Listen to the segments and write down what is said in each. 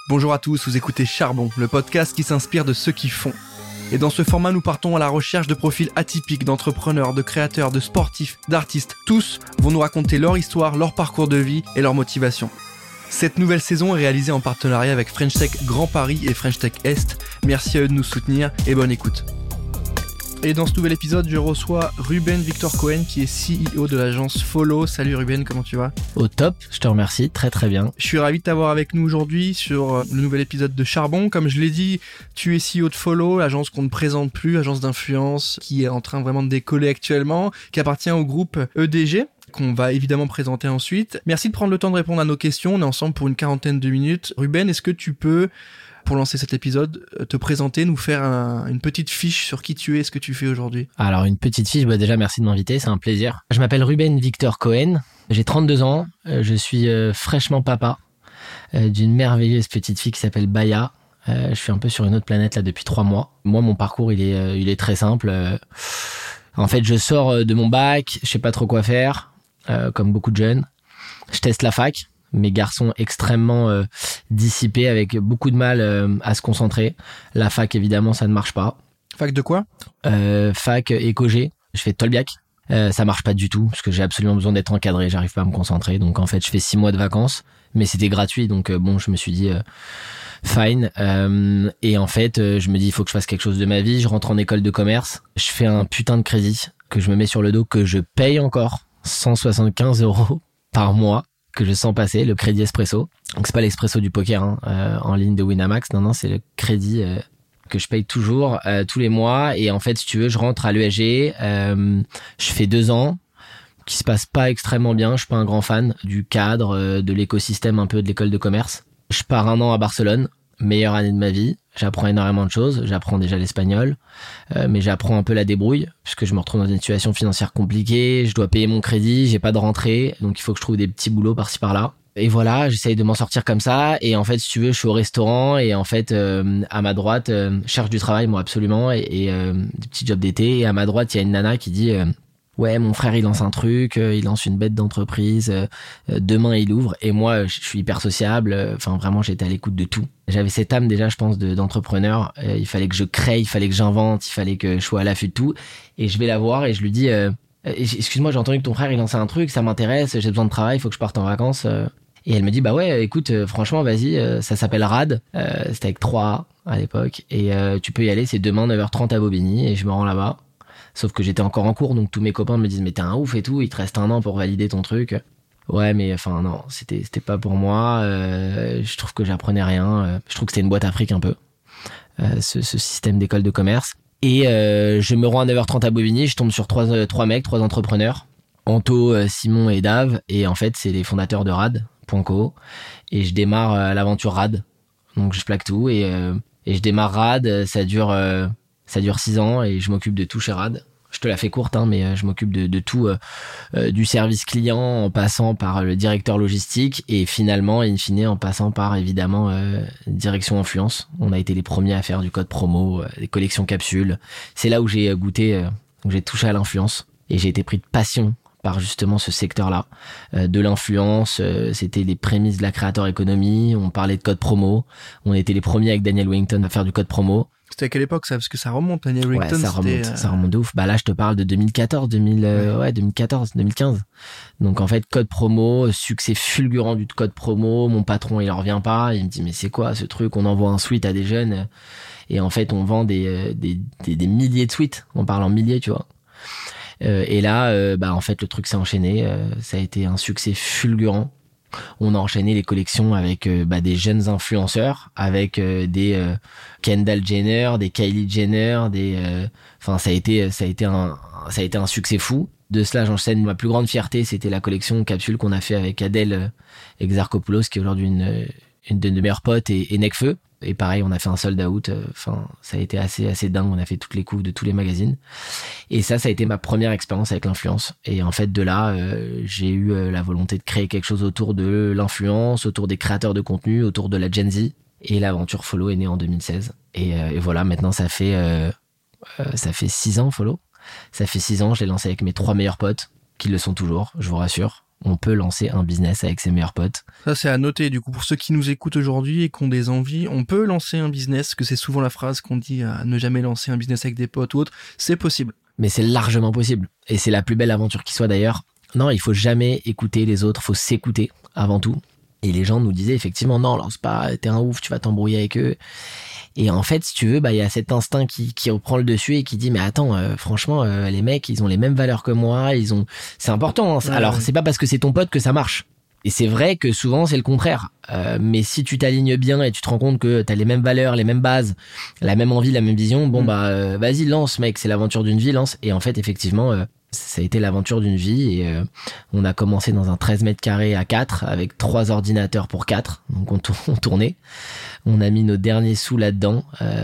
Bonjour à tous, vous écoutez Charbon, le podcast qui s'inspire de ceux qui font. Et dans ce format, nous partons à la recherche de profils atypiques d'entrepreneurs, de créateurs, de sportifs, d'artistes. Tous vont nous raconter leur histoire, leur parcours de vie et leur motivation. Cette nouvelle saison est réalisée en partenariat avec French Tech Grand Paris et French Tech Est. Merci à eux de nous soutenir et bonne écoute. Et dans ce nouvel épisode, je reçois Ruben Victor Cohen qui est CEO de l'agence Follow. Salut Ruben, comment tu vas ? Au top, je te remercie, très très bien. Je suis ravi de t'avoir avec nous aujourd'hui sur le nouvel épisode de Charbon. Comme je l'ai dit, tu es CEO de Follow, agence qu'on ne présente plus, agence d'influence qui est en train vraiment de décoller actuellement, qui appartient au groupe EDG, qu'on va évidemment présenter ensuite. Merci de prendre le temps de répondre à nos questions. On est ensemble pour une quarantaine de minutes. Ruben, est-ce que tu peux, pour lancer cet épisode, te présenter, nous faire une petite fiche sur qui tu es et ce que tu fais aujourd'hui? Alors une petite fiche, déjà merci de m'inviter, c'est un plaisir. Je m'appelle Ruben Victor Cohen, j'ai 32 ans, je suis fraîchement papa d'une merveilleuse petite fille qui s'appelle Baya. Je suis un peu sur une autre planète là depuis 3 mois. Moi mon parcours il est très simple. En fait je sors de mon bac, je sais pas trop quoi faire, comme beaucoup de jeunes. Je teste la fac. Mes garçons extrêmement dissipés avec beaucoup de mal à se concentrer. La fac, évidemment, ça ne marche pas. Fac de quoi ? Fac éco-G. Je fais Tolbiac. Ça marche pas du tout parce que j'ai absolument besoin d'être encadré. J'arrive pas à me concentrer. Donc, en fait, je fais 6 mois de vacances. Mais c'était gratuit. Donc, je me suis dit fine. Et en fait, je me dis, il faut que je fasse quelque chose de ma vie. Je rentre en école de commerce. Je fais un putain de crédit que je me mets sur le dos, que je paye encore 175 € par mois. Que je sens passer, le crédit espresso. Donc c'est pas l'espresso du poker en ligne de Winamax, non, c'est le crédit que je paye toujours tous les mois. Et en fait, si tu veux, je rentre à l'ESG, je fais 2 ans, qui se passe pas extrêmement bien. Je suis pas un grand fan du cadre, de l'écosystème un peu de l'école de commerce. Je pars 1 an à Barcelone, meilleure année de ma vie. J'apprends énormément de choses. J'apprends déjà l'espagnol, mais j'apprends un peu la débrouille puisque je me retrouve dans une situation financière compliquée. Je dois payer mon crédit, j'ai pas de rentrée, donc il faut que je trouve des petits boulots par-ci par-là. Et voilà, j'essaye de m'en sortir comme ça. Et en fait, si tu veux, je suis au restaurant et en fait, à ma droite, je cherche du travail, moi absolument, et des petits jobs d'été. Et à ma droite, il y a une nana qui dit ouais, mon frère il lance un truc, il lance une bête d'entreprise, demain il ouvre. Et moi je suis hyper sociable, enfin vraiment j'étais à l'écoute de tout. J'avais cette âme déjà je pense d'entrepreneur, il fallait que je crée, il fallait que j'invente, il fallait que je sois à l'affût de tout. Et je vais la voir et je lui dis excuse-moi, j'ai entendu que ton frère il lançait un truc, ça m'intéresse, j'ai besoin de travail, il faut que je parte en vacances. Et elle me dit bah ouais écoute franchement vas-y, ça s'appelle RAD, c'était avec 3A à l'époque, et tu peux y aller, c'est demain 9h30 à Bobigny. Et je me rends là-bas. Sauf que j'étais encore en cours, donc tous mes copains me disent mais t'es un ouf et tout, il te reste 1 an pour valider ton truc. Ouais, mais enfin non, c'était pas pour moi. Je trouve que j'apprenais rien. Je trouve que c'était une boîte à fric un peu, ce système d'école de commerce. Et je me rends à 9h30 à Bobigny, je tombe sur 3 mecs, 3 entrepreneurs, Anto, Simon et Dave. Et en fait, c'est les fondateurs de Rad.co. Et je démarre l'aventure Rad. Donc je plaque tout et je démarre Rad. Ça dure 6 ans et je m'occupe de tout chez Rad. Je te la fais courte, mais je m'occupe de tout, du service client en passant par le directeur logistique et finalement, in fine, en passant par évidemment direction influence. On a été les premiers à faire du code promo, des collections capsules. C'est là où j'ai goûté, où j'ai touché à l'influence et j'ai été pris de passion par justement ce secteur-là, de l'influence. C'était les prémices de la creator economy. On parlait de code promo. On était les premiers avec Daniel Wellington à faire du code promo. C'était à quelle époque ça ? Parce que ça remonte, Daniel Wellington. Ouais, ça remonte de ouf. Bah là, je te parle de 2014, 2015. Donc en fait, code promo, succès fulgurant du code promo. Mon patron, il en revient pas. Il me dit mais c'est quoi ce truc ? On envoie un suite à des jeunes et en fait, on vend des milliers de suites. On parle en milliers, tu vois. Et là, en fait, le truc s'est enchaîné. Ça a été un succès fulgurant. On a enchaîné les collections avec des jeunes influenceurs, avec des Kendall Jenner, des Kylie Jenner, ça a été un succès fou. De cela, j'enchaîne ma plus grande fierté, c'était la collection capsule qu'on a fait avec Adèle Exarchopoulos, qui est aujourd'hui une de mes meilleures potes, et Necfeu. Et pareil, on a fait un sold out. Ça a été assez dingue. On a fait toutes les couves de tous les magazines. Et ça a été ma première expérience avec l'influence. Et en fait, de là, j'ai eu la volonté de créer quelque chose autour de l'influence, autour des créateurs de contenu, autour de la Gen Z. Et l'aventure Follow est née en 2016. Et voilà, maintenant, ça fait 6 ans, Follow. Ça fait 6 ans, je l'ai lancé avec mes 3 meilleurs potes, qui le sont toujours, je vous rassure. On peut lancer un business avec ses meilleurs potes. Ça, c'est à noter. Du coup, pour ceux qui nous écoutent aujourd'hui et qui ont des envies, on peut lancer un business, que c'est souvent la phrase qu'on dit à ne jamais lancer un business avec des potes ou autre. C'est possible. Mais c'est largement possible. Et c'est la plus belle aventure qui soit d'ailleurs. Non, il faut jamais écouter les autres, faut s'écouter avant tout. Et les gens nous disaient effectivement, non, lance pas, t'es un ouf, tu vas t'embrouiller avec eux. Et en fait, si tu veux, il y a cet instinct qui reprend le dessus et qui dit, mais attends, franchement, les mecs, ils ont les mêmes valeurs que moi, c'est important. Hein. Alors, c'est pas parce que c'est ton pote que ça marche. Et c'est vrai que souvent, c'est le contraire. Mais si tu t'alignes bien et tu te rends compte que t'as les mêmes valeurs, les mêmes bases, la même envie, la même vision, vas-y, lance, mec, c'est l'aventure d'une vie, lance. Et en fait, effectivement, ça a été l'aventure d'une vie et on a commencé dans un 13 mètres carrés à 4 avec 3 ordinateurs pour 4. Donc, on tournait. On a mis nos derniers sous là-dedans,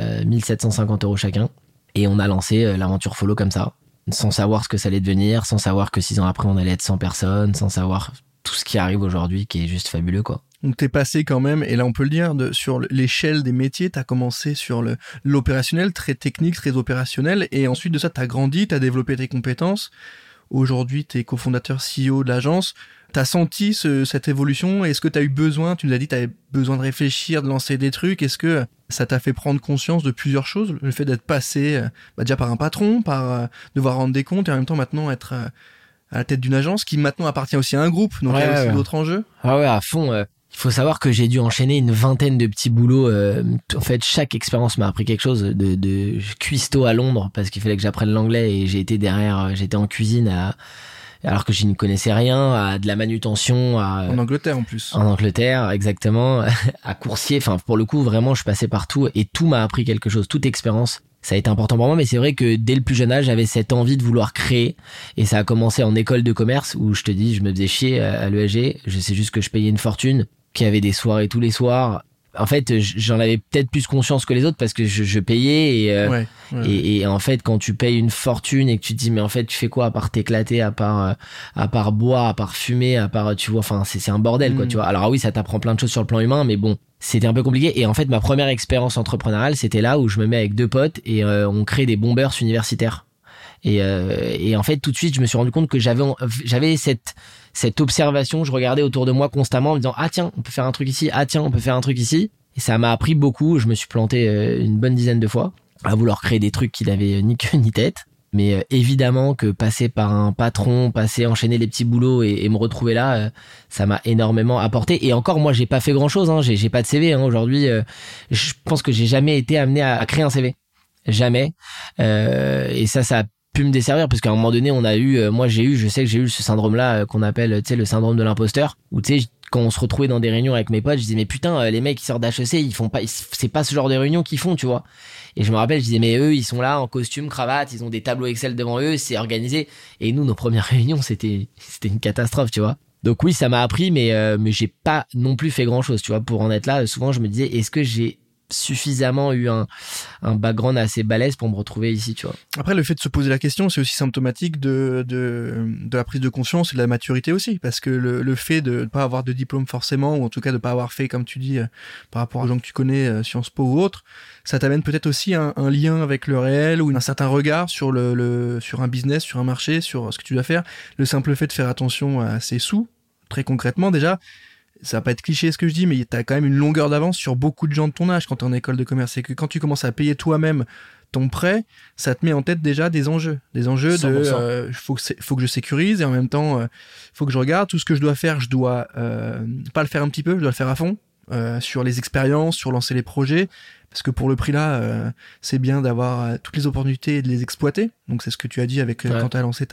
1750 € chacun. Et on a lancé l'aventure Follow comme ça, sans savoir ce que ça allait devenir, sans savoir que 6 ans après, on allait être 100 personnes, sans savoir tout ce qui arrive aujourd'hui qui est juste fabuleux, quoi. Donc t'es passé quand même, et là on peut le dire, sur l'échelle des métiers, t'as commencé sur l'opérationnel, très technique, très opérationnel, et ensuite de ça t'as grandi, t'as développé tes compétences. Aujourd'hui t'es cofondateur CEO de l'agence. T'as senti cette évolution? Est-ce que t'as eu besoin, tu nous as dit t'avais besoin de réfléchir, de lancer des trucs, est-ce que ça t'a fait prendre conscience de plusieurs choses? Le fait d'être passé déjà par un patron, par devoir rendre des comptes, et en même temps maintenant être à la tête d'une agence qui maintenant appartient aussi à un groupe, donc il y a aussi d'autres enjeux. Ah ouais, à fond. Il faut savoir que j'ai dû enchaîner une vingtaine de petits boulots. En fait, chaque expérience m'a appris quelque chose. De cuistot à Londres parce qu'il fallait que j'apprenne l'anglais et j'étais en cuisine alors que je n'y connaissais rien, à de la manutention. En Angleterre en plus. En Angleterre, exactement. À coursier. Enfin, pour le coup, vraiment, je passais partout et tout m'a appris quelque chose. Toute expérience. Ça a été important pour moi, mais c'est vrai que dès le plus jeune âge, j'avais cette envie de vouloir créer. Et ça a commencé en école de commerce où je te dis, je me faisais chier à l'ESG. Je sais juste que je payais une fortune, qu'il y avait des soirées tous les soirs. En fait, j'en avais peut-être plus conscience que les autres parce que je payais et en fait, quand tu payes une fortune et que tu te dis, mais en fait, tu fais quoi à part t'éclater, à part boire, à part fumer, à part, tu vois, enfin, c'est un bordel, quoi, tu vois. Alors, oui, ça t'apprend plein de choses sur le plan humain, mais bon, c'était un peu compliqué. Et en fait, ma première expérience entrepreneuriale, c'était là où je me mets avec 2 potes et on crée des bombers universitaires. Et en fait, tout de suite, je me suis rendu compte que j'avais cette observation, je regardais autour de moi constamment en me disant, ah tiens, on peut faire un truc ici, ah tiens, on peut faire un truc ici. Et ça m'a appris beaucoup, je me suis planté une bonne dizaine de fois à vouloir créer des trucs qui n'avaient ni queue ni tête. Mais évidemment que passer par un patron, enchaîner les petits boulots et me retrouver là, ça m'a énormément apporté. Et encore, moi, j'ai pas fait grand chose, hein, j'ai pas de CV, hein, aujourd'hui. Je pense que j'ai jamais été amené à créer un CV. Jamais. Et ça a pu me desservir parce qu'à un moment donné je sais que j'ai eu ce syndrome là qu'on appelle, tu sais, le syndrome de l'imposteur, où tu sais, quand on se retrouvait dans des réunions avec mes potes, je disais mais putain, les mecs qui sortent d'HEC, c'est pas ce genre de réunion qu'ils font, tu vois. Et je me rappelle, je disais mais eux, ils sont là en costume, cravate, ils ont des tableaux Excel devant eux, c'est organisé. Et nous, nos premières réunions, c'était une catastrophe, tu vois. Donc oui, ça m'a appris, mais j'ai pas non plus fait grand chose, tu vois. Pour en être là, souvent je me disais, est-ce que j'ai suffisamment eu un background assez balèze pour me retrouver ici, tu vois. Après, le fait de se poser la question, c'est aussi symptomatique de la prise de conscience et de la maturité aussi, parce que le fait de ne pas avoir de diplôme forcément, ou en tout cas de pas avoir fait, comme tu dis, par rapport aux gens que tu connais, Sciences Po ou autres, ça t'amène peut-être aussi un lien avec le réel ou un certain regard sur sur un business, sur un marché, sur ce que tu dois faire. Le simple fait de faire attention à ses sous, très concrètement déjà, ça va pas être cliché ce que je dis, mais t'as quand même une longueur d'avance sur beaucoup de gens de ton âge quand t'es en école de commerce. C'est que quand tu commences à payer toi-même ton prêt, ça te met en tête déjà des enjeux de faut que je sécurise et en même temps faut que je regarde tout ce que je dois faire. Je dois pas le faire un petit peu, je dois le faire à fond sur les expériences, sur lancer les projets. Parce que pour le prix là, c'est bien d'avoir toutes les opportunités et de les exploiter. Donc c'est ce que tu as dit avec quand t'as lancé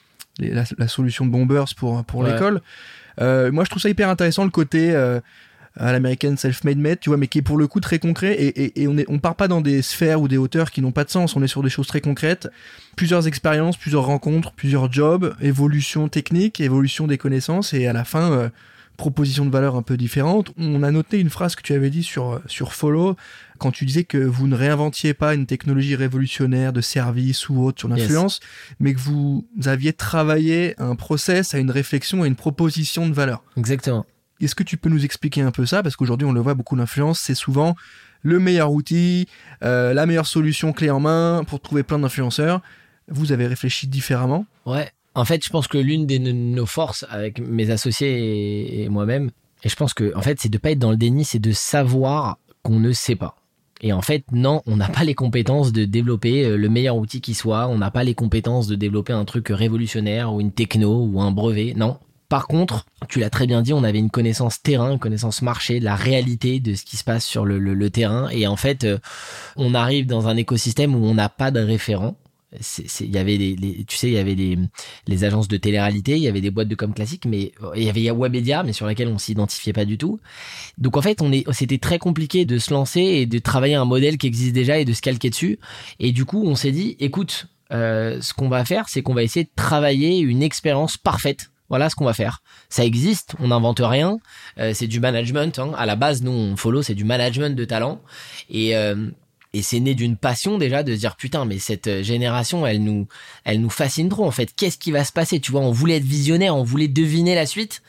la solution de Bombers pour l'école. Moi je trouve ça hyper intéressant le côté à l'américaine self-made made, tu vois, mais qui est pour le coup très concret et on part pas dans des sphères ou des hauteurs qui n'ont pas de sens, on est sur des choses très concrètes, plusieurs expériences, plusieurs rencontres, plusieurs jobs, évolution technique, évolution des connaissances et à la fin proposition de valeur un peu différente. On a noté une phrase que tu avais dit sur Follow quand tu disais que vous ne réinventiez pas une technologie révolutionnaire de service ou autre sur l'influence, mais que vous aviez travaillé un process, à une réflexion, à une proposition de valeur. Exactement. Est-ce que tu peux nous expliquer un peu ça? Parce qu'aujourd'hui, on le voit, beaucoup d'influence, c'est souvent le meilleur outil, la meilleure solution clé en main pour trouver plein d'influenceurs. Vous avez réfléchi différemment? Ouais. En fait, je pense que l'une de nos forces avec mes associés et moi-même, et je pense que en fait, c'est de pas être dans le déni, c'est de savoir qu'on ne sait pas. Et en fait, non, on n'a pas les compétences de développer le meilleur outil qui soit, on n'a pas les compétences de développer un truc révolutionnaire ou une techno ou un brevet, non. Par contre, tu l'as très bien dit, on avait une connaissance terrain, une connaissance marché, de la réalité de ce qui se passe sur le terrain. Et en fait, on arrive dans un écosystème où on n'a pas de référent. Il y avait il y avait les agences de télé-réalité, il y avait des boîtes de com classiques, mais il y avait Webedia, mais sur laquelle on s'identifiait pas du tout. Donc en fait, c'était très compliqué de se lancer et de travailler un modèle qui existe déjà et de se calquer dessus. Et du coup, on s'est dit, écoute, ce qu'on va faire, c'est qu'on va essayer de travailler une expérience parfaite. Voilà ce qu'on va faire. Ça existe, on n'invente rien. C'est du management. À la base, nous, on follow, c'est du management de talent. Et c'est né d'une passion déjà de se dire putain, mais cette génération, elle nous fascine trop en fait. Qu'est-ce qui va se passer? Tu vois, on voulait être visionnaire, on voulait deviner la suite.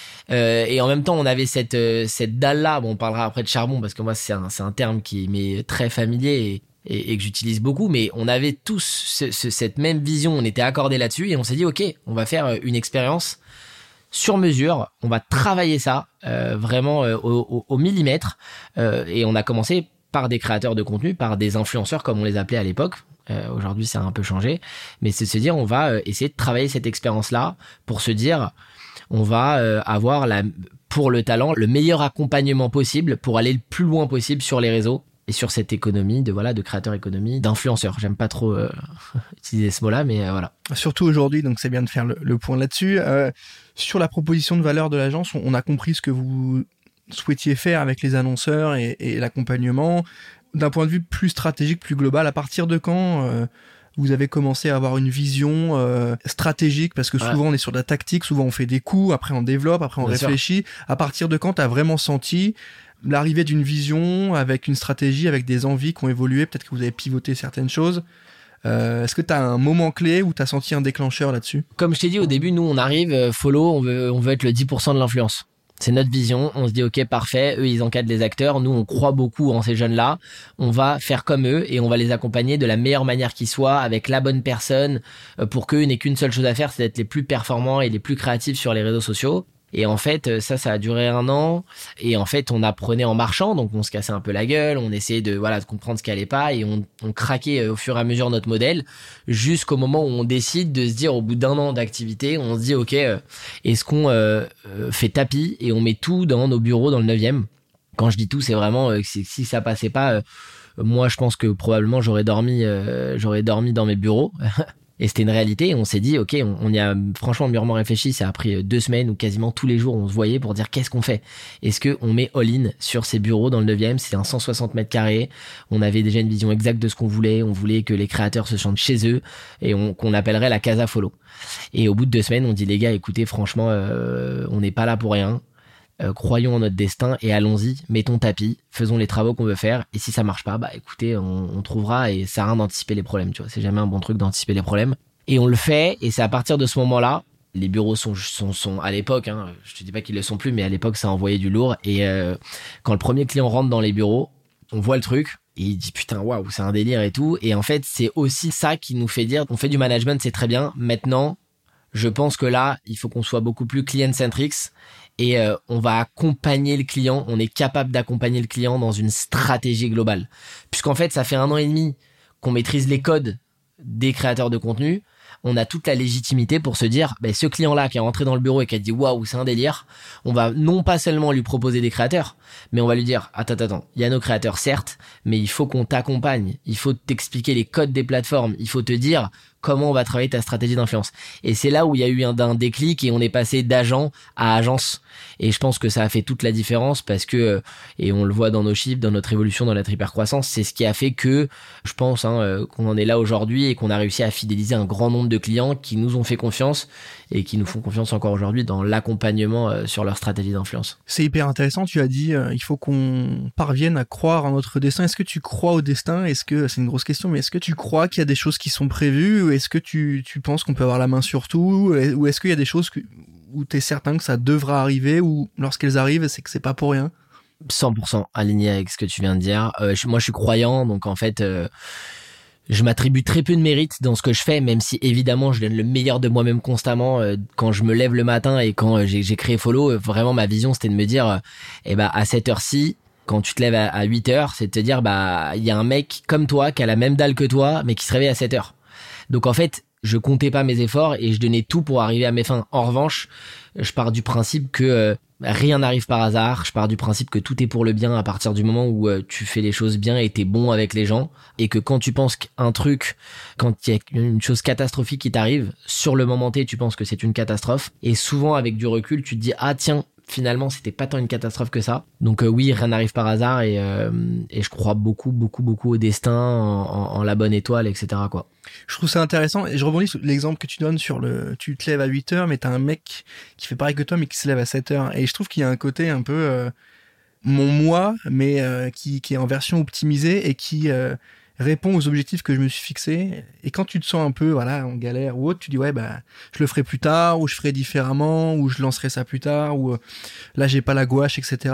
Et en même temps, on avait cette dalle-là. Bon, on parlera après de charbon parce que moi, c'est un terme qui m'est très familier et que j'utilise beaucoup, mais on avait tous cette même vision, on était accordés là-dessus et on s'est dit ok, on va faire une expérience sur mesure, on va travailler ça vraiment au millimètre et on a commencé par des créateurs de contenu, par des influenceurs comme on les appelait à l'époque. Aujourd'hui ça a un peu changé, mais c'est de se dire on va essayer de travailler cette expérience-là pour se dire on va avoir pour le talent le meilleur accompagnement possible pour aller le plus loin possible sur les réseaux et sur cette économie de créateur économie, d'influenceurs. J'aime pas trop utiliser ce mot-là, mais voilà. Surtout aujourd'hui, donc c'est bien de faire le point là-dessus. Sur la proposition de valeur de l'agence, on a compris ce que vous souhaitiez faire avec les annonceurs et l'accompagnement. D'un point de vue plus stratégique, plus global, à partir de quand vous avez commencé à avoir une vision stratégique? Parce que souvent on est sur de la tactique, souvent on fait des coups, après on développe, après on réfléchit. À partir de quand tu as vraiment senti l'arrivée d'une vision avec une stratégie, avec des envies qui ont évolué, peut-être que vous avez pivoté certaines choses? Est-ce que tu as un moment clé où tu as senti un déclencheur là-dessus? Comme je t'ai dit au début, nous on arrive, follow, on veut être le 10% de l'influence. C'est notre vision, on se dit ok parfait, eux ils encadrent les acteurs, nous on croit beaucoup en ces jeunes-là, on va faire comme eux et on va les accompagner de la meilleure manière qui soit, avec la bonne personne, pour qu'eux n'aient qu'une seule chose à faire, c'est d'être les plus performants et les plus créatifs sur les réseaux sociaux. Et en fait, ça a duré 1 an. Et en fait, on apprenait en marchant, donc on se cassait un peu la gueule, on essayait de comprendre ce qui allait pas, et on craquait au fur et à mesure notre modèle, jusqu'au moment où on décide de se dire, au bout d'1 an d'activité, on se dit, ok, est-ce qu'on fait tapis et on met tout dans nos bureaux dans le 9e? Quand je dis tout, c'est vraiment si ça passait pas, moi je pense que probablement j'aurais dormi dans mes bureaux. Et c'était une réalité, et on s'est dit, ok, on y a franchement mûrement réfléchi, ça a pris 2 semaines où quasiment tous les jours on se voyait pour dire qu'est-ce qu'on fait. Est-ce qu'on met all-in sur ces bureaux dans le 9e? C'était un 160 mètres carrés, on avait déjà une vision exacte de ce qu'on voulait, on voulait que les créateurs se sentent chez eux, et qu'on appellerait la Casa Follow. Et au bout de 2 semaines, on dit les gars, écoutez, franchement, on n'est pas là pour rien. Croyons en notre destin et allons-y, mettons tapis, faisons les travaux qu'on veut faire, et si ça marche pas, bah écoutez, on trouvera, et ça sert à rien d'anticiper les problèmes, tu vois, c'est jamais un bon truc d'anticiper les problèmes. Et on le fait, et c'est à partir de ce moment-là, les bureaux sont à l'époque, je te dis pas qu'ils le sont plus, mais à l'époque ça envoyait du lourd, et quand le premier client rentre dans les bureaux, on voit le truc, et il dit putain waouh, c'est un délire et tout, et en fait c'est aussi ça qui nous fait dire, on fait du management, c'est très bien, maintenant je pense que là il faut qu'on soit beaucoup plus client-centric, et on va accompagner le client, on est capable d'accompagner le client dans une stratégie globale. Puisqu'en fait, ça fait 1 an et demi qu'on maîtrise les codes des créateurs de contenu, on a toute la légitimité pour se dire, ce client-là qui est rentré dans le bureau et qui a dit waouh, c'est un délire, on va non pas seulement lui proposer des créateurs, mais on va lui dire, attends, il y a nos créateurs certes, mais il faut qu'on t'accompagne, il faut t'expliquer les codes des plateformes, il faut te dire comment on va travailler ta stratégie d'influence. Et c'est là où il y a eu un déclic et on est passé d'agent à agence. Et je pense que ça a fait toute la différence parce que, et on le voit dans nos chiffres, dans notre évolution, dans notre hypercroissance, c'est ce qui a fait que, je pense, qu'on en est là aujourd'hui et qu'on a réussi à fidéliser un grand nombre de clients qui nous ont fait confiance et qui nous font confiance encore aujourd'hui dans l'accompagnement sur leur stratégie d'influence. C'est hyper intéressant, tu as dit, il faut qu'on parvienne à croire en notre destin. Est-ce que tu crois au destin? Est-ce que, c'est une grosse question, mais est-ce que tu crois qu'il y a des choses qui sont prévues? Ou est-ce que tu penses qu'on peut avoir la main sur tout? Ou est-ce qu'il y a des choses où tu es certain que ça devra arriver, ou lorsqu'elles arrivent, c'est que c'est pas pour rien? 100% aligné avec ce que tu viens de dire. Moi, je suis croyant, donc en fait, Je m'attribue très peu de mérite dans ce que je fais, même si évidemment je donne le meilleur de moi-même constamment. Quand je me lève le matin et quand j'ai créé Follow, vraiment ma vision c'était de me dire, à cette heure-ci, quand tu te lèves à 8 heures, c'est de te dire, il y a un mec comme toi qui a la même dalle que toi, mais qui se réveille à 7 heures. Donc en fait, je comptais pas mes efforts et je donnais tout pour arriver à mes fins. En revanche, je pars du principe que rien n'arrive par hasard. Je pars du principe que tout est pour le bien à partir du moment où tu fais les choses bien et t'es bon avec les gens. Et que quand tu penses qu'un truc, quand il y a une chose catastrophique qui t'arrive, sur le moment T, tu penses que c'est une catastrophe. Et souvent, avec du recul, tu te dis, ah tiens, finalement, c'était pas tant une catastrophe que ça. Donc oui, rien n'arrive par hasard et je crois beaucoup au destin, en la bonne étoile, etc., quoi. Je trouve ça intéressant et je rebondis sur l'exemple que tu donnes sur tu te lèves à 8 heures mais t'as un mec qui fait pareil que toi mais qui se lève à 7 heures et je trouve qu'il y a un côté un peu mon moi mais qui est en version optimisée et qui répond aux objectifs que je me suis fixés. Et quand tu te sens un peu en galère ou autre, tu dis je le ferai plus tard, ou je ferai différemment, ou je lancerai ça plus tard, ou là j'ai pas la gouache, etc.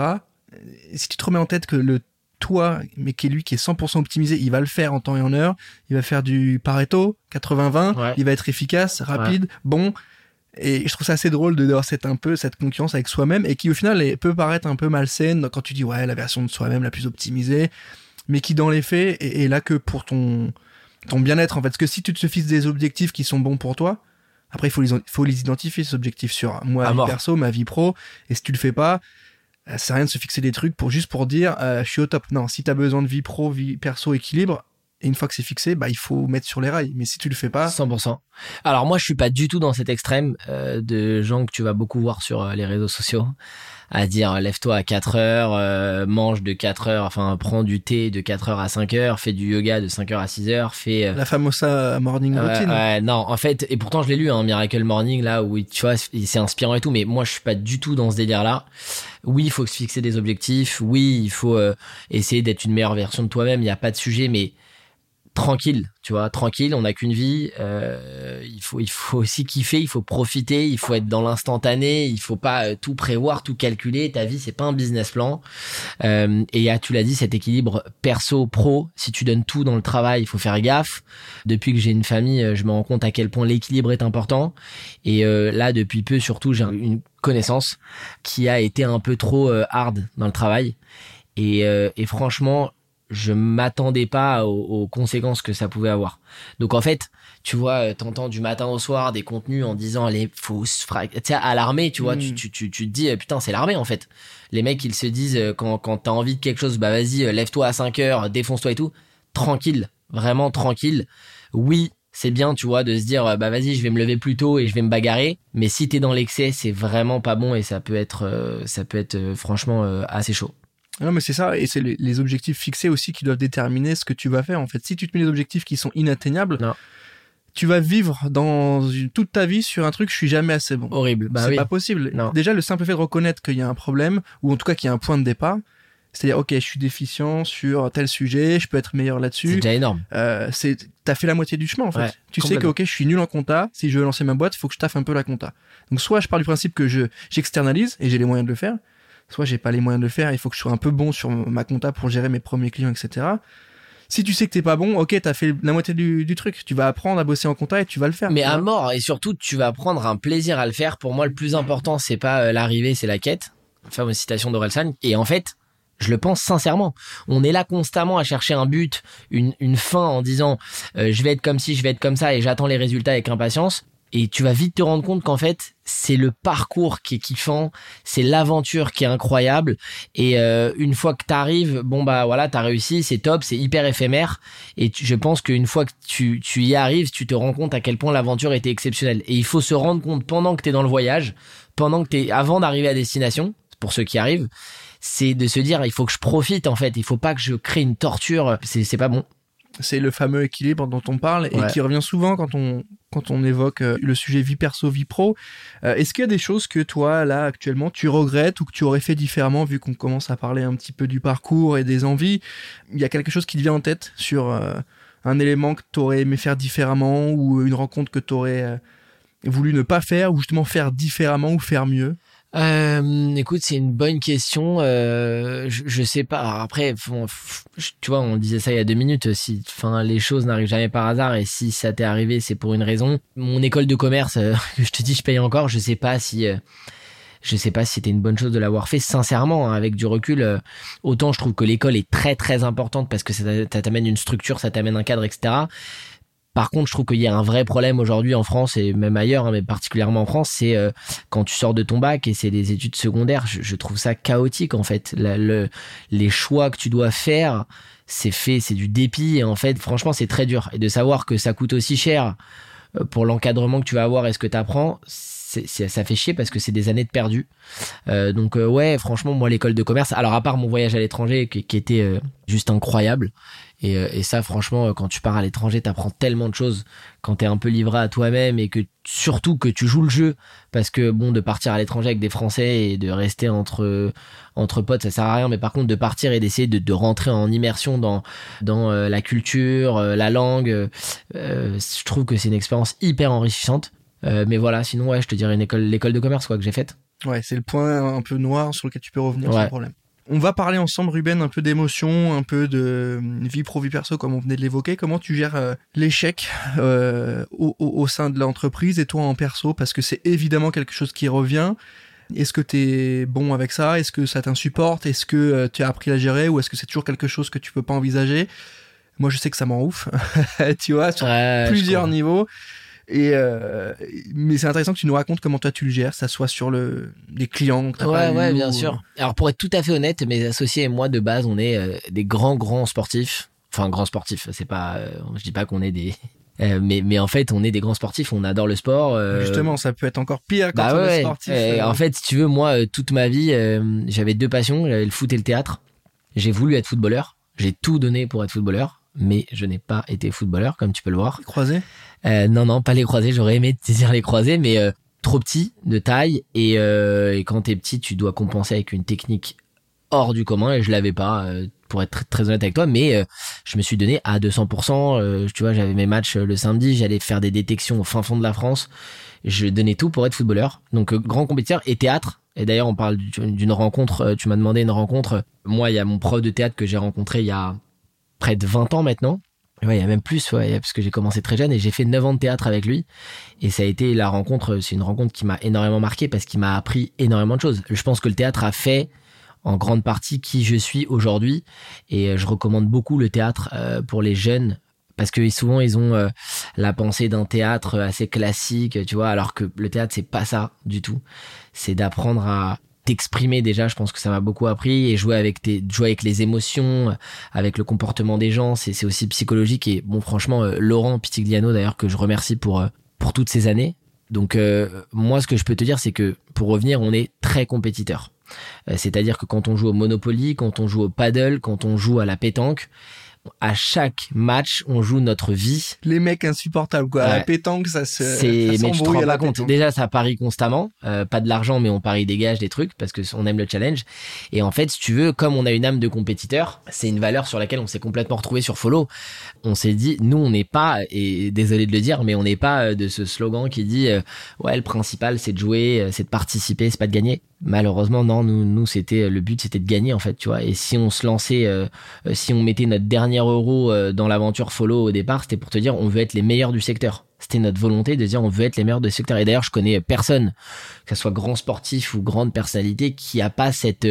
Et si tu te remets en tête que le toi, mais qui est lui qui est 100% optimisé, il va le faire en temps et en heure, il va faire du Pareto, 80-20, il va être efficace, rapide, bon. Et je trouve ça assez drôle d'avoir cette concurrence avec soi-même et qui au final peut paraître un peu malsaine quand tu dis la version de soi-même la plus optimisée, mais qui dans les faits est là que pour ton bien-être en fait. Parce que si tu te fixes des objectifs qui sont bons pour toi, après il faut les identifier ces objectifs sur moi, ma vie perso, ma vie pro, et si tu le fais pas, ça sert à rien de se fixer des trucs pour dire je suis au top. Non, si t'as besoin de vie pro, vie perso, équilibre, et une fois que c'est fixé, il faut mettre sur les rails. Mais si tu le fais pas... 100%. Alors moi, je suis pas du tout dans cet extrême de gens que tu vas beaucoup voir sur les réseaux sociaux, à dire lève-toi à 4 heures, mange de 4 heures, enfin prends du thé de 4 heures à 5 heures, fais du yoga de 5 heures à 6 heures, fais... La famosa morning routine. Non, en fait, et pourtant je l'ai lu, Miracle Morning, là, où tu vois, c'est inspirant et tout, mais moi je suis pas du tout dans ce délire-là. Oui, il faut se fixer des objectifs, oui, il faut essayer d'être une meilleure version de toi-même, il y a pas de sujet, mais tranquille, tu vois, tranquille, on n'a qu'une vie, il faut aussi kiffer, il faut profiter, il faut être dans l'instantané, il faut pas tout prévoir, tout calculer, ta vie c'est pas un business plan, et tu l'as dit, cet équilibre perso-pro, si tu donnes tout dans le travail, il faut faire gaffe. Depuis que j'ai une famille, je me rends compte à quel point l'équilibre est important, et là depuis peu surtout, j'ai une connaissance qui a été un peu trop hard dans le travail, et franchement, je m'attendais pas aux conséquences que ça pouvait avoir. Donc en fait, tu vois, t'entends du matin au soir des contenus en disant les fausses tu sais, à l'armée, tu vois, tu te dis putain, c'est l'armée en fait. Les mecs, ils se disent quand t'as envie de quelque chose, vas-y, lève-toi à 5 heures, défonce-toi et tout. Tranquille, vraiment tranquille. Oui, c'est bien, tu vois, de se dire vas-y, je vais me lever plus tôt et je vais me bagarrer, mais si t'es dans l'excès, c'est vraiment pas bon et ça peut être franchement assez chaud. Non, mais c'est ça, et c'est les objectifs fixés aussi qui doivent déterminer ce que tu vas faire, en fait. Si tu te mets des objectifs qui sont inatteignables, tu vas vivre toute ta vie sur un truc, je suis jamais assez bon. Horrible. C'est pas possible. Non. Déjà, le simple fait de reconnaître qu'il y a un problème, ou en tout cas qu'il y a un point de départ, c'est-à-dire, ok, je suis déficient sur tel sujet, je peux être meilleur là-dessus. C'est déjà énorme. T'as fait la moitié du chemin, en fait. Tu sais que, ok, je suis nul en compta, si je veux lancer ma boîte, il faut que je taffe un peu la compta. Donc, soit je pars du principe que j'externalise, et j'ai les moyens de le faire, soit j'ai pas les moyens de le faire, il faut que je sois un peu bon sur ma compta pour gérer mes premiers clients, etc. Si tu sais que t'es pas bon, ok, t'as fait la moitié du truc. Tu vas apprendre à bosser en compta et tu vas le faire. Mais à mort, et surtout, tu vas prendre un plaisir à le faire. Pour moi, le plus important, c'est pas l'arrivée, c'est la quête. Fameuse citation d'Orelsan. Et en fait, je le pense sincèrement. On est là constamment à chercher un but, une fin en disant je vais être comme ci, je vais être comme ça et j'attends les résultats avec impatience. Et tu vas vite te rendre compte qu'en fait, c'est le parcours qui est kiffant, c'est l'aventure qui est incroyable. Et une fois que t'arrives, t'as réussi, c'est top, c'est hyper éphémère. Et je pense qu'une fois que tu y arrives, tu te rends compte à quel point l'aventure était exceptionnelle. Et il faut se rendre compte pendant que t'es dans le voyage, avant d'arriver à destination, pour ceux qui arrivent, c'est de se dire, il faut que je profite en fait, il faut pas que je crée une torture, c'est pas bon. C'est le fameux équilibre dont on parle et qui revient souvent quand on évoque le sujet vie perso, vie pro. Est-ce qu'il y a des choses que toi, là, actuellement, tu regrettes ou que tu aurais fait différemment vu qu'on commence à parler un petit peu du parcours et des envies? Il y a quelque chose qui te vient en tête sur un élément que tu aurais aimé faire différemment ou une rencontre que tu aurais voulu ne pas faire ou justement faire différemment ou faire mieux? Écoute, c'est une bonne question. Je sais pas. Alors après, tu vois, on disait ça il y a 2 minutes. Si, les choses n'arrivent jamais par hasard, et si ça t'est arrivé, c'est pour une raison. Mon école de commerce, que je te dis, je paye encore. Je sais pas si c'était une bonne chose de l'avoir fait. Sincèrement, hein, avec du recul, autant je trouve que l'école est très très importante parce que ça t'amène une structure, ça t'amène un cadre, etc. Par contre, je trouve qu'il y a un vrai problème aujourd'hui en France et même ailleurs, hein, mais particulièrement en France, c'est quand tu sors de ton bac et c'est les études secondaires, je trouve ça chaotique en fait. Les choix que tu dois faire, c'est du dépit et en fait, franchement, c'est très dur. Et de savoir que ça coûte aussi cher pour l'encadrement que tu vas avoir et ce que tu apprends, ça fait chier parce que c'est des années de perdu. Donc ouais, franchement, moi l'école de commerce, alors à part mon voyage à l'étranger qui était juste incroyable, et ça franchement, quand tu pars à l'étranger, t'apprends tellement de choses quand t'es un peu livré à toi-même et que surtout que tu joues le jeu, parce que bon, de partir à l'étranger avec des Français et de rester entre potes, ça sert à rien, mais par contre de partir et d'essayer de rentrer en immersion dans la culture, la langue, je trouve que c'est une expérience hyper enrichissante. Mais voilà, sinon ouais, je te dirais l'école de commerce quoi que j'ai faite. Ouais, c'est le point un peu noir sur lequel tu peux revenir sans problème. On va parler ensemble, Ruben, un peu d'émotion, un peu de vie pro, vie perso, comme on venait de l'évoquer. Comment tu gères l'échec au sein de l'entreprise et toi en perso, parce que c'est évidemment quelque chose qui revient. Est-ce que t'es bon avec ça? Est-ce que ça t'insupporte? Est-ce que tu as appris à gérer, ou est-ce que c'est toujours quelque chose que tu peux pas envisager? Moi, je sais que ça m'en ouf, tu vois, sur plusieurs niveaux. Mais c'est intéressant que tu nous racontes comment toi tu le gères, ça soit sur les clients que t'as pas eu. Ouais, bien sûr. Alors pour être tout à fait honnête, mes associés et moi de base, on est des grands sportifs. Enfin, grands sportifs, c'est pas, je dis pas qu'on est des, mais en fait, on est des grands sportifs, on adore le sport. Justement, ça peut être encore pire quand on est sportif. En fait, si tu veux, moi, toute ma vie, j'avais 2 passions, j'avais le foot et le théâtre. J'ai voulu être footballeur, j'ai tout donné pour être footballeur, mais je n'ai pas été footballeur, comme tu peux le voir. Les croisés? Non, pas les croisés, j'aurais aimé te dire les croisés, mais trop petit de taille, et quand t'es petit, tu dois compenser avec une technique hors du commun, et je l'avais pas, pour être très, très honnête avec toi, mais je me suis donné à 200%. Tu vois, j'avais mes matchs le samedi, j'allais faire des détections au fin fond de la France, je donnais tout pour être footballeur. Donc grand compétiteur et théâtre. Et d'ailleurs, on parle d'une rencontre, tu m'as demandé une rencontre. Moi, il y a mon prof de théâtre que j'ai rencontré il y a près de 20 ans maintenant. Ouais, il y a même plus, parce que j'ai commencé très jeune et j'ai fait 9 ans de théâtre avec lui. Et ça a été la rencontre, c'est une rencontre qui m'a énormément marqué parce qu'il m'a appris énormément de choses. Je pense que le théâtre a fait en grande partie qui je suis aujourd'hui. Et je recommande beaucoup le théâtre pour les jeunes, parce que souvent ils ont la pensée d'un théâtre assez classique, tu vois, alors que le théâtre c'est pas ça du tout. C'est d'apprendre à t'exprimer. Déjà, je pense que ça m'a beaucoup appris, et jouer avec les émotions, avec le comportement des gens, c'est aussi psychologique. Et bon, franchement, Laurent Pitigliano d'ailleurs, que je remercie pour toutes ces années. Donc moi, ce que je peux te dire, c'est que pour revenir, on est très compétiteur. C'est-à-dire que quand on joue au Monopoly, quand on joue au paddle, quand on joue à la pétanque, à chaque match, on joue notre vie. Les mecs insupportables, quoi. Ouais. À la pétanque, ça mais tu te rends pas compte. Déjà, ça parie constamment. Pas de l'argent, mais on parie des gages, des trucs, parce que on aime le challenge. Et en fait, si tu veux, comme on a une âme de compétiteur, c'est une valeur sur laquelle on s'est complètement retrouvé sur Follow. On s'est dit, nous, on n'est pas, et désolé de le dire, mais on n'est pas de ce slogan qui dit, ouais, le principal, c'est de jouer, c'est de participer, c'est pas de gagner. Malheureusement, non, nous, le but, c'était de gagner, en fait, tu vois. Et si on se lançait, si on mettait notre dernier euro dans l'aventure Follow au départ, c'était pour te dire, on veut être les meilleurs du secteur. C'était notre volonté de dire, on veut être les meilleurs du secteur. Et d'ailleurs, je connais personne, que ce soit grand sportif ou grande personnalité, qui a pas cette,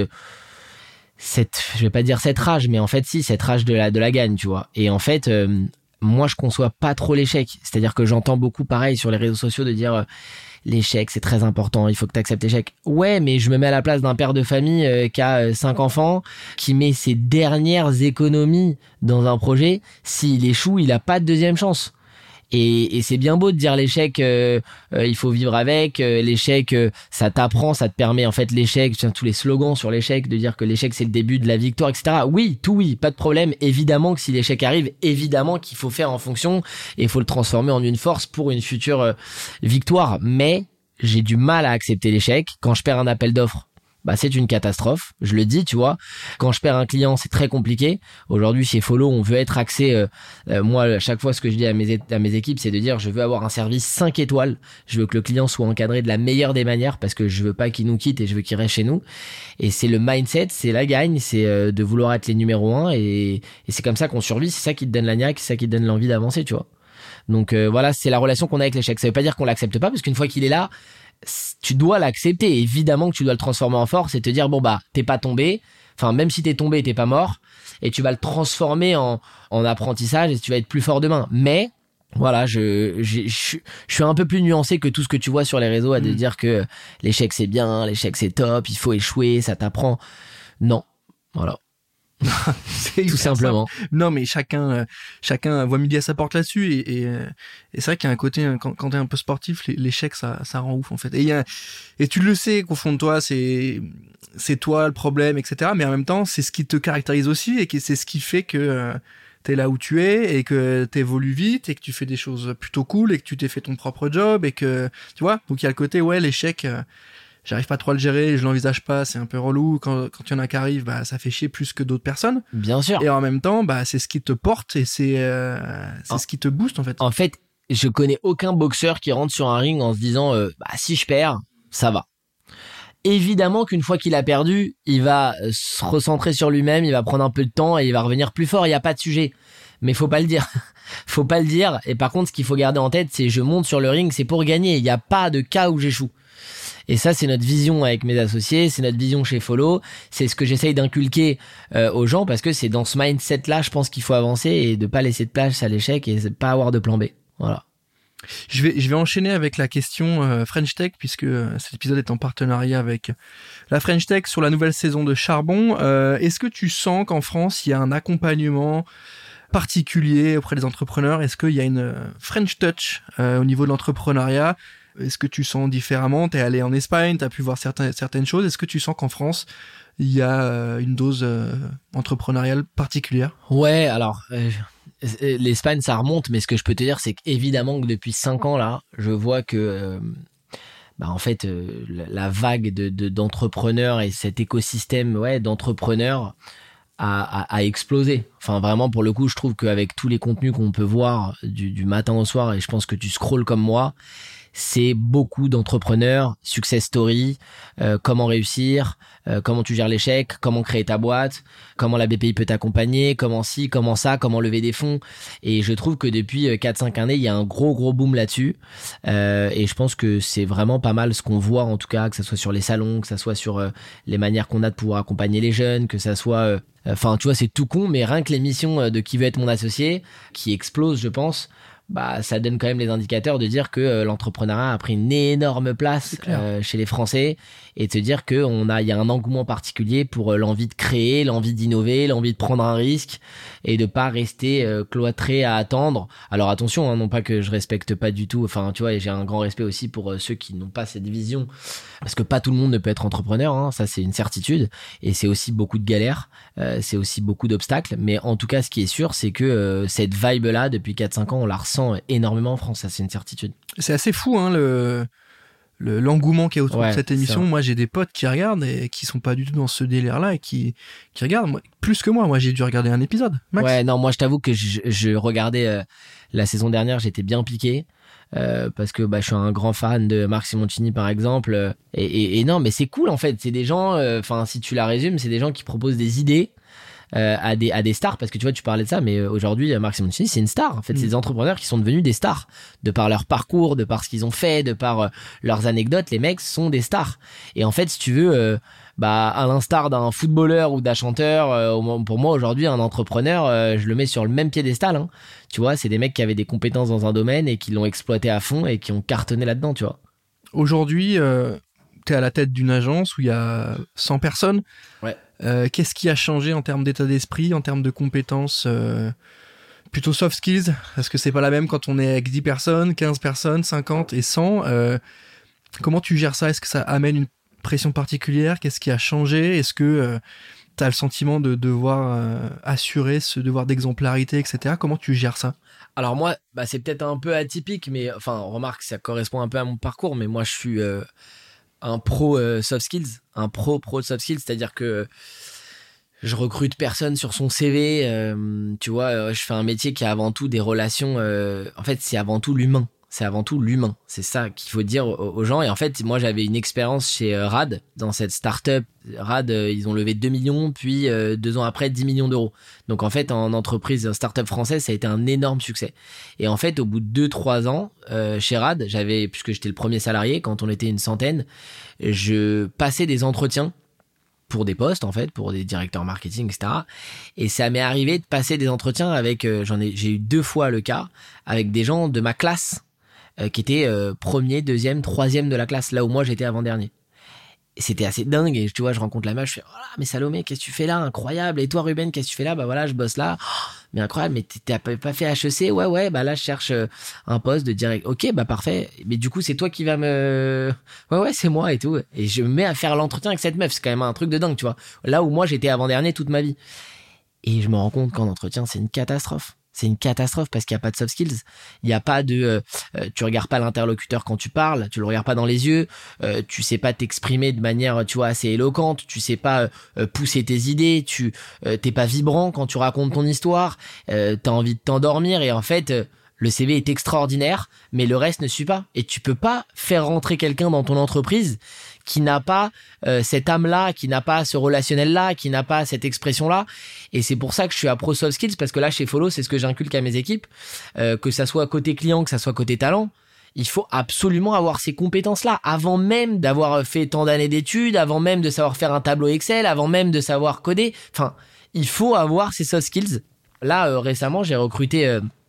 je vais pas dire cette rage, mais en fait, si, cette rage de la gagne, tu vois. Et en fait, moi, je conçois pas trop l'échec. C'est-à-dire que j'entends beaucoup, pareil, sur les réseaux sociaux, de dire, l'échec, c'est très important, il faut que tu acceptes l'échec. Ouais, mais je me mets à la place d'un père de famille qui a 5 enfants, qui met ses dernières économies dans un projet. S'il échoue, il a pas de deuxième chance. Et c'est bien beau de dire l'échec, il faut vivre avec, l'échec, ça t'apprend, ça te permet, en fait, l'échec, tous les slogans sur l'échec, de dire que l'échec c'est le début de la victoire, etc. Oui, pas de problème. Évidemment que si l'échec arrive, évidemment qu'il faut faire en fonction, et il faut le transformer en une force pour une future victoire. Mais j'ai du mal à accepter l'échec. Quand je perds un appel d'offres, bah c'est une catastrophe. Je le dis, tu vois. Quand je perds un client, c'est très compliqué. Aujourd'hui, chez Follow, on veut être axé. Moi, à chaque fois, ce que je dis à mes équipes, c'est de dire, je veux avoir un service 5 étoiles. Je veux que le client soit encadré de la meilleure des manières parce que je veux pas qu'il nous quitte et je veux qu'il reste chez nous. Et c'est le mindset, c'est la gagne, c'est de vouloir être les numéros 1 et c'est comme ça qu'on survit. C'est ça qui te donne la niaque, c'est ça qui te donne l'envie d'avancer, tu vois. Donc voilà, c'est la relation qu'on a avec l'échec. Ça veut pas dire qu'on l'accepte pas parce qu'une fois qu'il est là, tu dois l'accepter. Évidemment que tu dois le transformer en force et te dire bon bah t'es pas tombé, enfin même si t'es tombé t'es pas mort et tu vas le transformer en apprentissage et tu vas être plus fort demain. Mais voilà, je suis un peu plus nuancé que tout ce que tu vois sur les réseaux à te dire que l'échec c'est bien, l'échec c'est top, il faut échouer, ça t'apprend. Non, voilà. C'est tout simplement. Simple. Non, mais chacun voit midi à sa porte là-dessus et c'est vrai qu'il y a un côté quand t'es un peu sportif, l'échec ça rend ouf en fait. Et tu le sais qu'au fond de toi c'est toi le problème, etc. Mais en même temps c'est ce qui te caractérise aussi et c'est ce qui fait que t'es là où tu es et que t'évolues vite et que tu fais des choses plutôt cool et que tu t'es fait ton propre job et que tu vois. Donc il y a le côté l'échec. J'arrive pas trop à le gérer, je l'envisage pas, c'est un peu relou. Quand il y en a qui arrivent, bah, ça fait chier plus que d'autres personnes. Bien sûr. Et en même temps, bah, c'est ce qui te porte et c'est ce qui te booste, en fait. En fait, je connais aucun boxeur qui rentre sur un ring en se disant, bah, si je perds, ça va. Évidemment qu'une fois qu'il a perdu, il va se recentrer sur lui-même, il va prendre un peu de temps et il va revenir plus fort, il y a pas de sujet. Mais faut pas le dire. Faut pas le dire. Et par contre, ce qu'il faut garder en tête, c'est je monte sur le ring, c'est pour gagner. Il y a pas de cas où j'échoue. Et ça, c'est notre vision avec mes associés, c'est notre vision chez Follow, c'est ce que j'essaye d'inculquer aux gens parce que c'est dans ce mindset-là, je pense qu'il faut avancer et de pas laisser de place à l'échec et pas avoir de plan B. Voilà. Je vais enchaîner avec la question French Tech puisque cet épisode est en partenariat avec la French Tech sur la nouvelle saison de Charbon. Est-ce que tu sens qu'en France, il y a un accompagnement particulier auprès des entrepreneurs? Est-ce qu'il y a une French Touch au niveau de l'entrepreneuriat? Est-ce que tu sens différemment? T'es allé en Espagne, t'as pu voir certaines choses. Est-ce que tu sens qu'en France, il y a une dose entrepreneuriale particulière? Ouais, alors l'Espagne, ça remonte, mais ce que je peux te dire, c'est qu'évidemment que depuis 5 ans là, je vois que en fait, la vague d'entrepreneurs et cet écosystème d'entrepreneurs a explosé. Enfin, vraiment, pour le coup, je trouve qu'avec tous les contenus qu'on peut voir du matin au soir, et je pense que tu scrolles comme moi, c'est beaucoup d'entrepreneurs, success story, comment réussir, comment tu gères l'échec, comment créer ta boîte, comment la BPI peut t'accompagner, comment ci, comment ça, comment lever des fonds. Et je trouve que depuis 4-5 années, il y a un gros boom là-dessus. Et je pense que c'est vraiment pas mal ce qu'on voit, en tout cas, que ça soit sur les salons, que ça soit sur les manières qu'on a de pouvoir accompagner les jeunes, que ça soit... Enfin, tu vois, c'est tout con, mais rien que l'émission de Qui veut être mon associé, qui explose, je pense, bah ça donne quand même les indicateurs de dire que l'entrepreneuriat a pris une énorme place chez les Français et de se dire que il y a un engouement particulier pour l'envie de créer, l'envie d'innover, l'envie de prendre un risque et de pas rester cloîtré à attendre. Alors attention, hein, non pas que je respecte pas du tout, enfin tu vois, j'ai un grand respect aussi pour ceux qui n'ont pas cette vision parce que pas tout le monde ne peut être entrepreneur, hein, ça c'est une certitude et c'est aussi beaucoup de galères, c'est aussi beaucoup d'obstacles, mais en tout cas ce qui est sûr c'est que cette vibe là depuis 4-5 ans on la ressent énormément en France, ça c'est une certitude. C'est assez fou hein l'engouement qu'il y a autour de cette émission. Moi j'ai des potes qui regardent et qui sont pas du tout dans ce délire là et qui regardent plus que moi j'ai dû regarder un épisode max. Ouais, non, moi je t'avoue que je regardais la saison dernière, j'étais bien piqué parce que je suis un grand fan de Marc Simoncini par exemple et non mais c'est cool en fait, c'est des gens enfin si tu la résumes, c'est des gens qui proposent des idées à des stars, parce que tu vois, tu parlais de ça, mais aujourd'hui Marc Simoncini c'est une star en fait. C'est des entrepreneurs qui sont devenus des stars de par leur parcours, de par ce qu'ils ont fait, de par leurs anecdotes. Les mecs sont des stars et en fait si tu veux à l'instar d'un footballeur ou d'un chanteur, pour moi aujourd'hui un entrepreneur je le mets sur le même piédestal hein. Tu vois, c'est des mecs qui avaient des compétences dans un domaine et qui l'ont exploité à fond et qui ont cartonné là-dedans, tu vois. Aujourd'hui t'es à la tête d'une agence où il y a 100 personnes. Ouais. Qu'est-ce qui a changé en termes d'état d'esprit, en termes de compétences plutôt soft skills? Parce que c'est pas la même quand on est avec 10 personnes, 15 personnes, 50 et 100. Comment tu gères ça? Est-ce que ça amène une pression particulière? Qu'est-ce qui a changé? Est-ce que t'as le sentiment de devoir assurer ce devoir d'exemplarité, etc. Comment tu gères ça? Alors moi, c'est peut-être un peu atypique, mais enfin, remarque, ça correspond un peu à mon parcours, mais moi je suis un pro soft skills, un pro soft skills, c'est-à-dire que je recrute personne sur son CV, tu vois, je fais un métier qui a avant tout des relations, en fait c'est avant tout l'humain. C'est avant tout l'humain. C'est ça qu'il faut dire aux gens. Et en fait, moi, j'avais une expérience chez Rad, dans cette start-up. Rad, ils ont levé 2 millions, puis 2 ans après, 10 millions d'euros. Donc, en fait, en entreprise start-up française, ça a été un énorme succès. Et en fait, au bout de 2-3 ans, chez Rad, puisque j'étais le premier salarié, quand on était une centaine, je passais des entretiens pour des postes, en fait, pour des directeurs marketing, etc. Et ça m'est arrivé de passer des entretiens avec, j'ai eu 2 fois le cas, avec des gens de ma classe, qui était premier, deuxième, troisième de la classe, là où moi j'étais avant-dernier. Et c'était assez dingue, et tu vois, je rencontre la meuf, je fais « Oh là, mais Salomé, qu'est-ce que tu fais là? Incroyable! Et toi, Ruben, qu'est-ce que tu fais là? Bah voilà, je bosse là. Oh, mais incroyable, mais t'as pas fait HEC? Ouais, bah là, je cherche un poste de direct. Ok, bah parfait. Mais du coup, c'est toi qui vas me... Ouais, c'est moi et tout. » Et je me mets à faire l'entretien avec cette meuf, c'est quand même un truc de dingue, tu vois. Là où moi, j'étais avant-dernier toute ma vie. Et je me rends compte qu'en entretien, c'est une catastrophe. C'est une catastrophe parce qu'il n'y a pas de soft skills. Il n'y a pas de... tu regardes pas l'interlocuteur quand tu parles, tu le regardes pas dans les yeux, tu sais pas t'exprimer de manière, tu vois, assez éloquente, tu sais pas pousser tes idées, t'es pas vibrant quand tu racontes ton histoire, t'as envie de t'endormir et en fait... le CV est extraordinaire, mais le reste ne suit pas. Et tu peux pas faire rentrer quelqu'un dans ton entreprise qui n'a pas cette âme-là, qui n'a pas ce relationnel-là, qui n'a pas cette expression-là. Et c'est pour ça que je suis à Pro Soft Skills, parce que là, chez Follow, c'est ce que j'inculque à mes équipes, que ça soit côté client, que ça soit côté talent. Il faut absolument avoir ces compétences-là, avant même d'avoir fait tant d'années d'études, avant même de savoir faire un tableau Excel, avant même de savoir coder. Enfin, il faut avoir ces soft skills. Là, récemment, j'ai recruté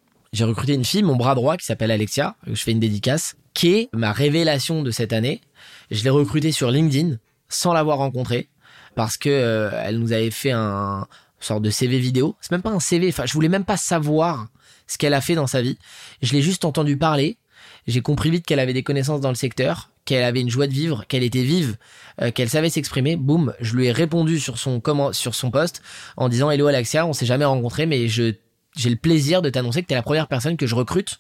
une fille, mon bras droit, qui s'appelle Alexia, je fais une dédicace, qui est ma révélation de cette année. Je l'ai recrutée sur LinkedIn, sans l'avoir rencontrée, parce que elle nous avait fait une sorte de CV vidéo. C'est même pas un CV, enfin, je voulais même pas savoir ce qu'elle a fait dans sa vie. Je l'ai juste entendu parler. J'ai compris vite qu'elle avait des connaissances dans le secteur, qu'elle avait une joie de vivre, qu'elle était vive, qu'elle savait s'exprimer. Boum, je lui ai répondu sur son post en disant « Hello Alexia, on s'est jamais rencontrés, mais j'ai le plaisir de t'annoncer que t'es la première personne que je recrute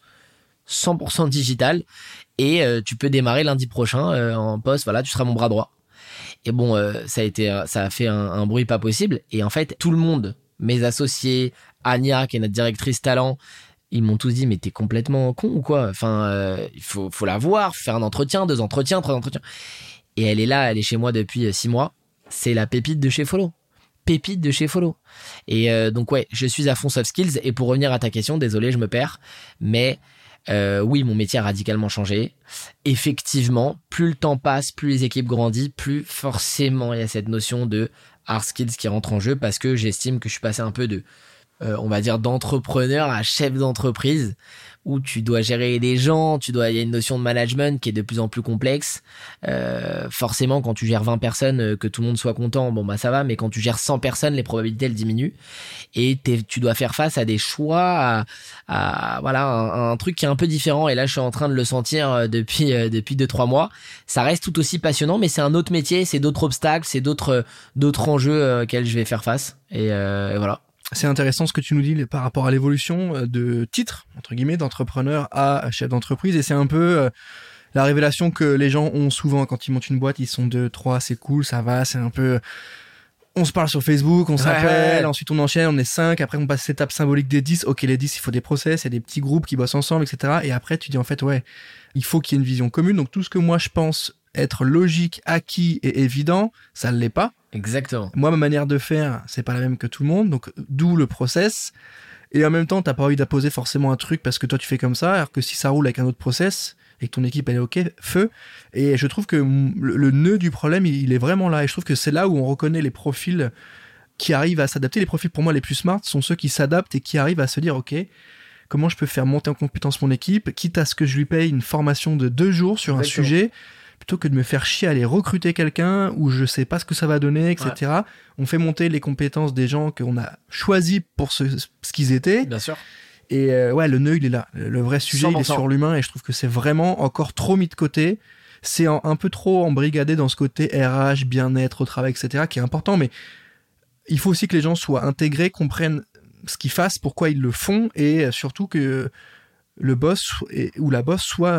100% digital et tu peux démarrer lundi prochain en poste, voilà, tu seras mon bras droit. » Et bon, ça a fait un bruit pas possible. Et en fait, tout le monde, mes associés, Anya, qui est notre directrice talent, ils m'ont tous dit, mais t'es complètement con ou quoi? Enfin, il faut la voir, faire un entretien, 2 entretiens, 3 entretiens. Et elle est là, elle est chez moi depuis 6 mois. C'est la pépite de chez Follow. Pépite de chez Follow. Et donc ouais, je suis à fond soft skills. Et pour revenir à ta question, désolé, je me perds, mais oui, mon métier a radicalement changé. Effectivement, plus le temps passe, plus les équipes grandissent, plus forcément il y a cette notion de hard skills qui rentre en jeu, parce que j'estime que je suis passé un peu de on va dire d'entrepreneur à chef d'entreprise, où tu dois gérer les gens, il y a une notion de management qui est de plus en plus complexe. Forcément, quand tu gères 20 personnes, que tout le monde soit content, bon bah ça va, mais quand tu gères 100 personnes, les probabilités elles diminuent, et tu dois faire face à des choix, à voilà, un truc qui est un peu différent. Et là, je suis en train de le sentir depuis 2-3 mois. Ça reste tout aussi passionnant, mais c'est un autre métier, c'est d'autres obstacles, c'est d'autres enjeux auxquels je vais faire face. Et voilà. C'est intéressant ce que tu nous dis par rapport à l'évolution de titre, entre guillemets, d'entrepreneur à chef d'entreprise. Et c'est un peu la révélation que les gens ont souvent quand ils montent une boîte. Ils sont 2, 3, c'est cool, ça va, c'est un peu... On se parle sur Facebook, on s'appelle, ensuite on enchaîne, on est 5, après on passe cette étape symbolique des 10. Ok, les 10, il faut des process, il y a des petits groupes qui bossent ensemble, etc. Et après, tu dis en fait, ouais, il faut qu'il y ait une vision commune. Donc tout ce que moi je pense être logique, acquis et évident, ça ne l'est pas. Exactement. Moi, ma manière de faire, c'est pas la même que tout le monde, donc d'où le process. Et en même temps, t'as pas envie d'apposer forcément un truc parce que toi tu fais comme ça, alors que si ça roule avec un autre process et que ton équipe elle est ok, feu. Et je trouve que le nœud du problème, il est vraiment là. Et je trouve que c'est là où on reconnaît les profils qui arrivent à s'adapter. Les profils pour moi les plus smart sont ceux qui s'adaptent et qui arrivent à se dire ok, comment je peux faire monter en compétence mon équipe, quitte à ce que je lui paye une formation de 2 jours sur un sujet, plutôt que de me faire chier à aller recruter quelqu'un où je sais pas ce que ça va donner, etc. Ouais. On fait monter les compétences des gens qu'on a choisis pour ce qu'ils étaient. Bien sûr. Et ouais, le nœud, il est là. Le vrai sujet, 100%. Il est sur l'humain, et je trouve que c'est vraiment encore trop mis de côté. C'est un peu trop embrigadé dans ce côté RH, bien-être au travail, etc., qui est important, mais il faut aussi que les gens soient intégrés, comprennent ce qu'ils fassent, pourquoi ils le font, et surtout que le boss ou la boss soit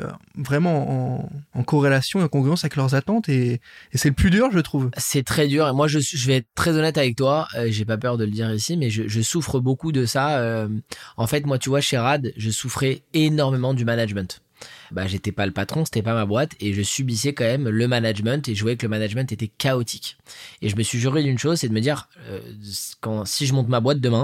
vraiment en corrélation et en congruence avec leurs attentes et c'est le plus dur, je trouve. C'est très dur. Et moi, je vais être très honnête avec toi. J'ai pas peur de le dire ici, mais je souffre beaucoup de ça. En fait, moi, tu vois, chez Rad, je souffrais énormément du management. J'étais pas le patron, c'était pas ma boîte et je subissais quand même le management et je voyais que le management était chaotique. Et je me suis juré d'une chose, c'est de me dire si je monte ma boîte demain,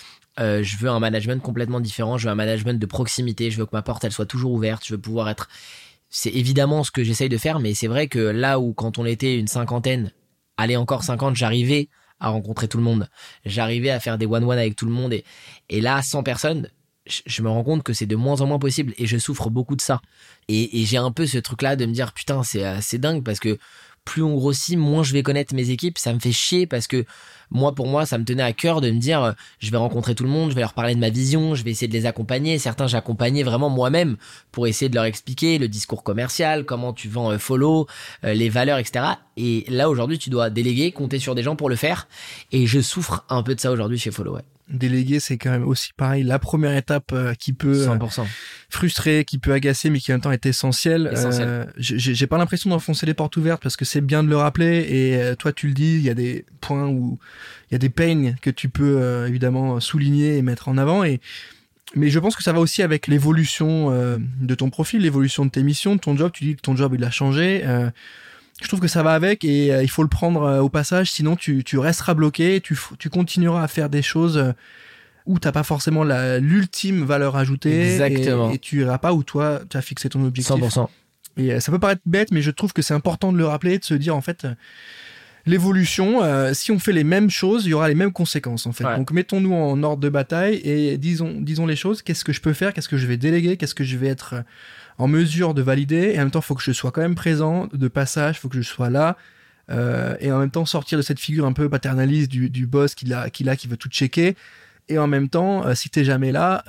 je veux un management complètement différent, je veux un management de proximité, je veux que ma porte elle soit toujours ouverte, je veux pouvoir être... C'est évidemment ce que j'essaye de faire, mais c'est vrai que là où quand on était une cinquantaine, allez encore 50, j'arrivais à rencontrer tout le monde, j'arrivais à faire des one-one avec tout le monde et là 100 personnes, je me rends compte que c'est de moins en moins possible et je souffre beaucoup de ça. Et j'ai un peu ce truc-là de me dire putain c'est dingue parce que plus on grossit, moins je vais connaître mes équipes. Ça me fait chier parce que pour moi, ça me tenait à cœur de me dire je vais rencontrer tout le monde, je vais leur parler de ma vision, je vais essayer de les accompagner. Certains, j'accompagnais vraiment moi-même pour essayer de leur expliquer le discours commercial, comment tu vends follow, les valeurs, etc. Et là, aujourd'hui, tu dois déléguer, compter sur des gens pour le faire. Et je souffre un peu de ça aujourd'hui chez Follow, ouais. Déléguer, c'est quand même aussi pareil la première étape qui peut 100%. Frustrer, qui peut agacer, mais qui en même temps est essentielle. J'ai pas l'impression d'enfoncer les portes ouvertes parce que c'est bien de le rappeler et toi tu le dis, il y a des points où il y a des pains que tu peux évidemment souligner et mettre en avant mais je pense que ça va aussi avec l'évolution de ton profil, l'évolution de tes missions, de ton job. Tu dis que ton job il a changé. Je trouve que ça va avec et il faut le prendre au passage, sinon tu resteras bloqué, tu continueras à faire des choses où t'as pas forcément l'ultime valeur ajoutée. Exactement. Et tu iras pas où toi tu as fixé ton objectif. 100%. Et ça peut paraître bête, mais je trouve que c'est important de le rappeler, de se dire en fait l'évolution, si on fait les mêmes choses, il y aura les mêmes conséquences en fait. Ouais. Donc mettons-nous en ordre de bataille et disons les choses. Qu'est-ce que je peux faire? Qu'est-ce que je vais déléguer? Qu'est-ce que je vais être en mesure de valider? Et en même temps, il faut que je sois quand même présent de passage, il faut que je sois là. Et en même temps, sortir de cette figure un peu paternaliste du boss qui veut tout checker. Et en même temps, si t'es jamais là,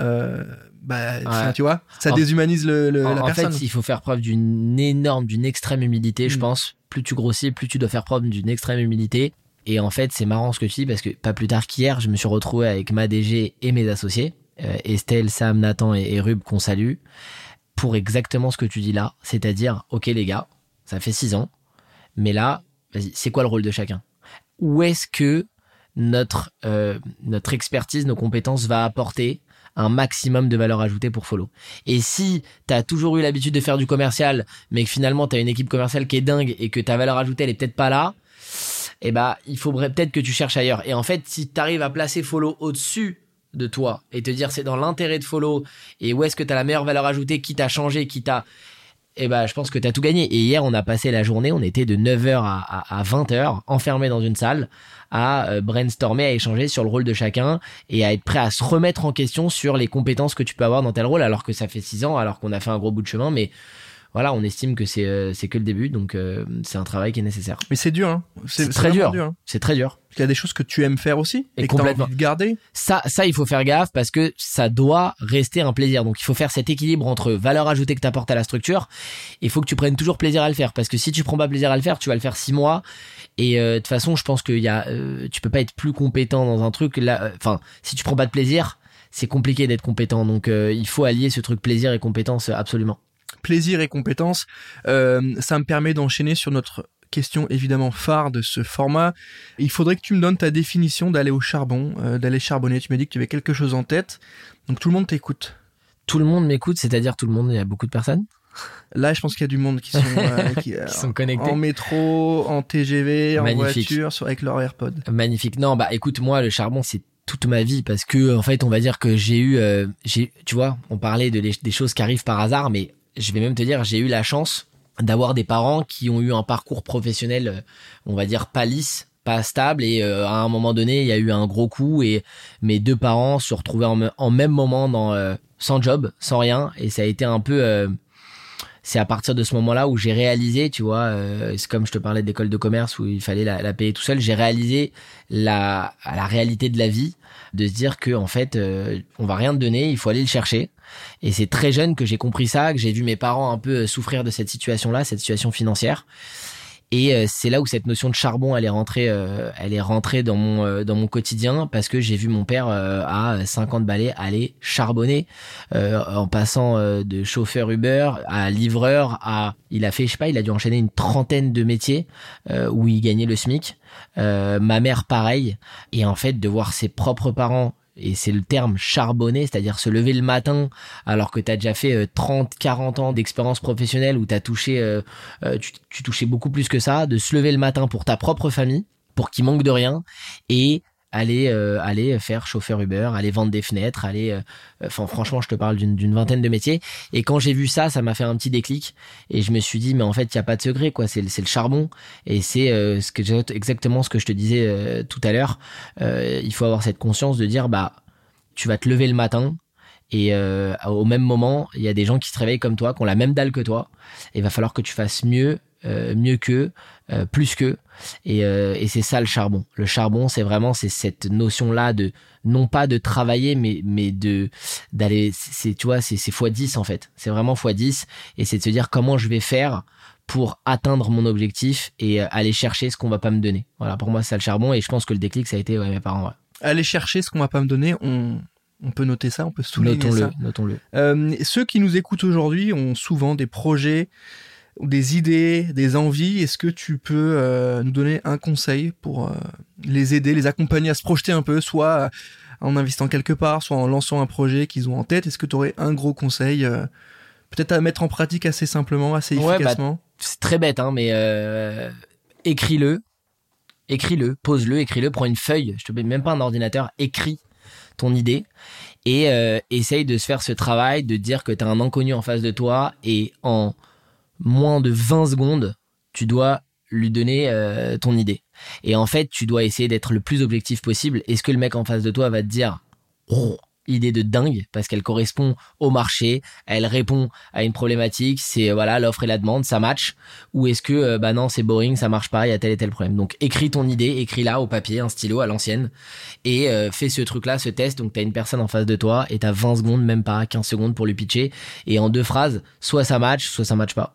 ouais. Tu vois, ça déshumanise la personne. En fait, il faut faire preuve d'une extrême humilité, je pense. Plus tu grossis, plus tu dois faire preuve d'une extrême humilité. Et en fait, c'est marrant ce que tu dis parce que pas plus tard qu'hier, je me suis retrouvé avec ma DG et mes associés, Estelle, Sam, Nathan et Rub qu'on salue, pour exactement ce que tu dis là. C'est-à-dire, ok les gars, ça fait 6 ans, mais là, vas-y, c'est quoi le rôle de chacun? Où est-ce que notre expertise, nos compétences va apporter un maximum de valeur ajoutée pour Follow. Et si t'as toujours eu l'habitude de faire du commercial, mais que finalement t'as une équipe commerciale qui est dingue et que ta valeur ajoutée elle est peut-être pas là, il faudrait peut-être que tu cherches ailleurs. Et en fait, si t'arrives à placer Follow au-dessus de toi et te dire c'est dans l'intérêt de Follow et où est-ce que t'as la meilleure valeur ajoutée, qui t'a changé, je pense que t'as tout gagné. Et hier, on a passé la journée, on était de 9h à 20h, enfermés dans une salle, à brainstormer, à échanger sur le rôle de chacun et à être prêt à se remettre en question sur les compétences que tu peux avoir dans tel rôle, alors que ça fait 6 ans, alors qu'on a fait un gros bout de chemin, mais voilà, on estime que c'est que le début, donc c'est un travail qui est nécessaire. Mais c'est dur, hein. C'est très dur. Hein. C'est très dur. Il y a des choses que tu aimes faire aussi et que tu as envie de garder. Ça, il faut faire gaffe parce que ça doit rester un plaisir. Donc, il faut faire cet équilibre entre valeur ajoutée que tu apportes à la structure. Il faut que tu prennes toujours plaisir à le faire parce que si tu prends pas plaisir à le faire, tu vas le faire 6 mois. Et de toute façon, je pense tu peux pas être plus compétent dans un truc là. Si tu prends pas de plaisir, c'est compliqué d'être compétent. Donc, il faut allier ce truc plaisir et compétence absolument. Plaisir et compétence, ça me permet d'enchaîner sur notre question évidemment phare de ce format. Il faudrait que tu me donnes ta définition d'aller au charbon, d'aller charbonner. Tu m'as dit que tu avais quelque chose en tête, donc tout le monde t'écoute. Tout le monde m'écoute, c'est-à-dire tout le monde, il y a beaucoup de personnes. Là, je pense qu'il y a du monde qui sont, qui sont connectés. En métro, en TGV, Magnifique. En voiture, avec leur AirPod. Magnifique. Non, écoute, moi, le charbon, c'est toute ma vie parce que, en fait, on va dire que tu vois, on parlait des choses qui arrivent par hasard, mais je vais même te dire, j'ai eu la chance d'avoir des parents qui ont eu un parcours professionnel, on va dire, pas lisse, pas stable, et à un moment donné, il y a eu un gros coup, et mes 2 parents se retrouvaient en même moment sans job, sans rien, et ça a été un peu... c'est à partir de ce moment-là où j'ai réalisé, tu vois, c'est comme je te parlais d'école de commerce où il fallait la payer tout seul, j'ai réalisé la réalité de la vie, de se dire que en fait, on va rien te donner, il faut aller le chercher. Et c'est très jeune que j'ai compris ça, que j'ai vu mes parents un peu souffrir de cette situation-là, cette situation financière. Et c'est là où cette notion de charbon elle est rentrée dans mon quotidien, parce que j'ai vu mon père à 50 balais aller charbonner en passant de chauffeur Uber à livreur il a fait, je sais pas, il a dû enchaîner une 30aine de métiers où il gagnait le SMIC. Ma mère pareil. Et en fait, de voir ses propres parents, et c'est le terme charbonner, c'est-à-dire se lever le matin alors que t'as déjà fait 30-40 ans d'expérience professionnelle où t'as touché tu touchais beaucoup plus que ça, de se lever le matin pour ta propre famille, pour qu'il manque de rien, et aller faire chauffeur Uber, aller vendre des fenêtres, franchement je te parle d'une vingtaine de métiers. Et quand j'ai vu ça m'a fait un petit déclic, et je me suis dit mais en fait il y a pas de secret quoi, c'est le charbon. Et c'est exactement ce que je te disais tout à l'heure. Il faut avoir cette conscience de dire bah tu vas te lever le matin, et au même moment il y a des gens qui se réveillent comme toi, qui ont la même dalle que toi, et il va falloir que tu fasses mieux qu'eux, plus qu'eux. Et c'est ça le charbon. Le charbon, c'est cette notion-là de, non pas de travailler, mais d'aller, tu vois, c'est x10 en fait. C'est vraiment x10. Et c'est de se dire comment je vais faire pour atteindre mon objectif et aller chercher ce qu'on va pas me donner. Voilà, pour moi, c'est ça le charbon. Et je pense que le déclic, ça a été mes parents. Ouais. Aller chercher ce qu'on va pas me donner, on peut noter ça, on peut souligner ça. Notons-le. Ceux qui nous écoutent aujourd'hui ont souvent des projets, des idées, des envies. Est-ce que tu peux nous donner un conseil pour les aider, les accompagner à se projeter un peu, soit en investissant quelque part, soit en lançant un projet qu'ils ont en tête? Est-ce que tu aurais un gros conseil peut-être à mettre en pratique assez simplement, assez efficacement? C'est très bête, hein, mais écris-le, pose-le, écris-le, prends une feuille, je te mets même pas un ordinateur, écris ton idée, et essaye de se faire ce travail, de dire que t'as un inconnu en face de toi, et en moins de 20 secondes, tu dois lui donner ton idée. Et en fait, tu dois essayer d'être le plus objectif possible. Est-ce que le mec en face de toi va te dire idée de dingue parce qu'elle correspond au marché, elle répond à une problématique, c'est voilà l'offre et la demande, ça match, ou est-ce que non, c'est boring, ça marche pas, il y a tel et tel problème. Donc écris ton idée, écris-la au papier, un stylo à l'ancienne, et fais ce truc-là, ce test. Donc t'as une personne en face de toi et t'as 20 secondes, même pas 15 secondes pour lui pitcher, et en 2 phrases, soit ça match pas.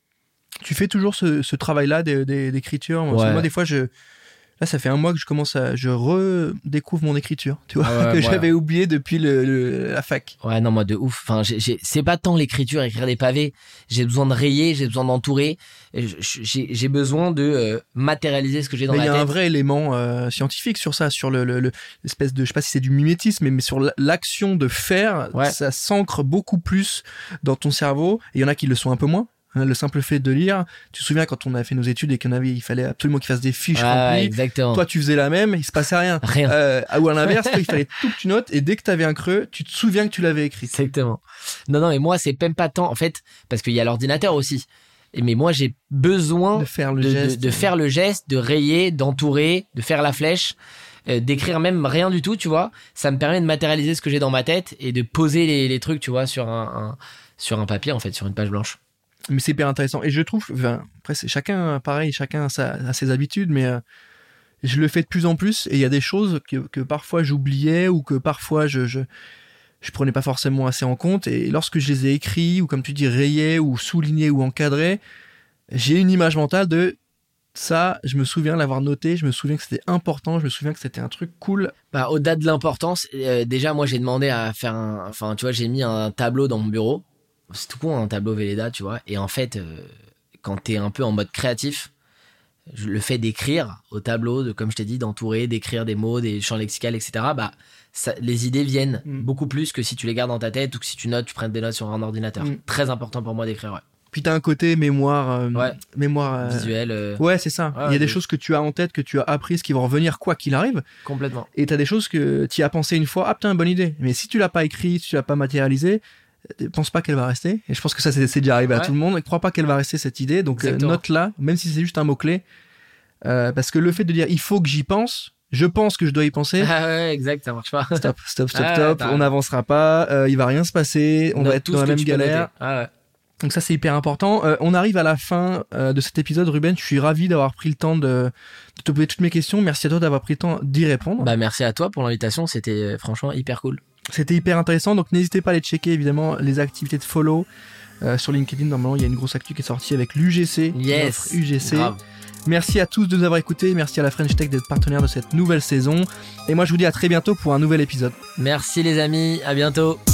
Tu fais toujours ce travail-là d'écriture? Ouais. Moi, des fois, là, ça fait 1 mois que je redécouvre mon écriture, tu vois, j'avais oublié depuis la fac. Ouais, non, moi, de ouf. Enfin, c'est pas tant l'écriture, écrire des pavés. J'ai besoin de rayer, j'ai besoin d'entourer. J'ai besoin de matérialiser ce que j'ai dans ma tête. Il y a un vrai élément scientifique sur ça, sur l'espèce de, je sais pas si c'est du mimétisme, mais sur l'action de faire, ça s'ancre beaucoup plus dans ton cerveau. Et il y en a qui le sont un peu moins. Le simple fait de lire, tu te souviens quand on a fait nos études et il fallait absolument qu'ils fassent des fiches remplies. Exactement. Toi, tu faisais la même, il se passait rien. Ou à l'inverse, il fallait tout que tu notes, et dès que tu avais un creux, tu te souviens que tu l'avais écrit. Exactement. Non, mais moi, c'est même pas tant, en fait, parce qu'il y a l'ordinateur aussi. Mais moi, j'ai besoin de faire le geste, de rayer, d'entourer, de faire la flèche, d'écrire même rien du tout, tu vois. Ça me permet de matérialiser ce que j'ai dans ma tête et de poser les trucs, tu vois, sur un papier, en fait, sur une page blanche. Mais c'est hyper intéressant. Et je trouve, après, c'est chacun a ses habitudes, mais je le fais de plus en plus. Et il y a des choses que parfois j'oubliais, ou que parfois je prenais pas forcément assez en compte. Et lorsque je les ai écrits, ou comme tu dis, rayés, ou soulignés, ou encadrés, j'ai une image mentale de ça. Je me souviens l'avoir noté, je me souviens que c'était important, je me souviens que c'était un truc cool. Au-delà de l'importance, déjà, moi, j'ai demandé à faire tu vois, j'ai mis un tableau dans mon bureau. C'est tout con, un tableau Velleda, tu vois. Et en fait, quand t'es un peu en mode créatif, le fait d'écrire au tableau, comme je t'ai dit, d'entourer, d'écrire des mots, des champs lexicaux, etc., les idées viennent beaucoup plus que si tu les gardes dans ta tête, ou que si tu notes, tu prennes des notes sur un ordinateur. Très important pour moi d'écrire, ouais. Puis t'as un côté mémoire visuel. Ouais, c'est ça. Il y a des choses que tu as en tête, que tu as apprises, qui vont revenir quoi qu'il arrive. Complètement. Et t'as des choses que tu y as pensé une fois, putain, bonne idée. Mais si tu l'as pas écrit, si tu l'as pas matérialisé, pense pas qu'elle va rester. Et je pense que ça, c'est déjà arrivé à tout le monde. Et crois pas qu'elle va rester, cette idée. Donc note-la, même si c'est juste un mot-clé. Parce que le fait de dire il faut que j'y pense, je pense que je dois y penser. Ah ouais, exact, ça marche pas. Stop. On n'avancera pas. Il va rien se passer. On va être dans la même galère. Donc ça, c'est hyper important. On arrive à la fin de cet épisode, Ruben. Je suis ravi d'avoir pris le temps de te poser toutes mes questions. Merci à toi d'avoir pris le temps d'y répondre. Merci à toi pour l'invitation. C'était franchement hyper cool. C'était hyper intéressant. Donc n'hésitez pas à aller checker évidemment les activités de Follow. Sur LinkedIn, normalement, il y a une grosse actu qui est sortie avec l'UGC. Yes. UGC. Grave. Merci à tous de nous avoir écoutés. Merci à la French Tech d'être partenaire de cette nouvelle saison. Et moi, je vous dis à très bientôt pour un nouvel épisode. Merci les amis, à bientôt.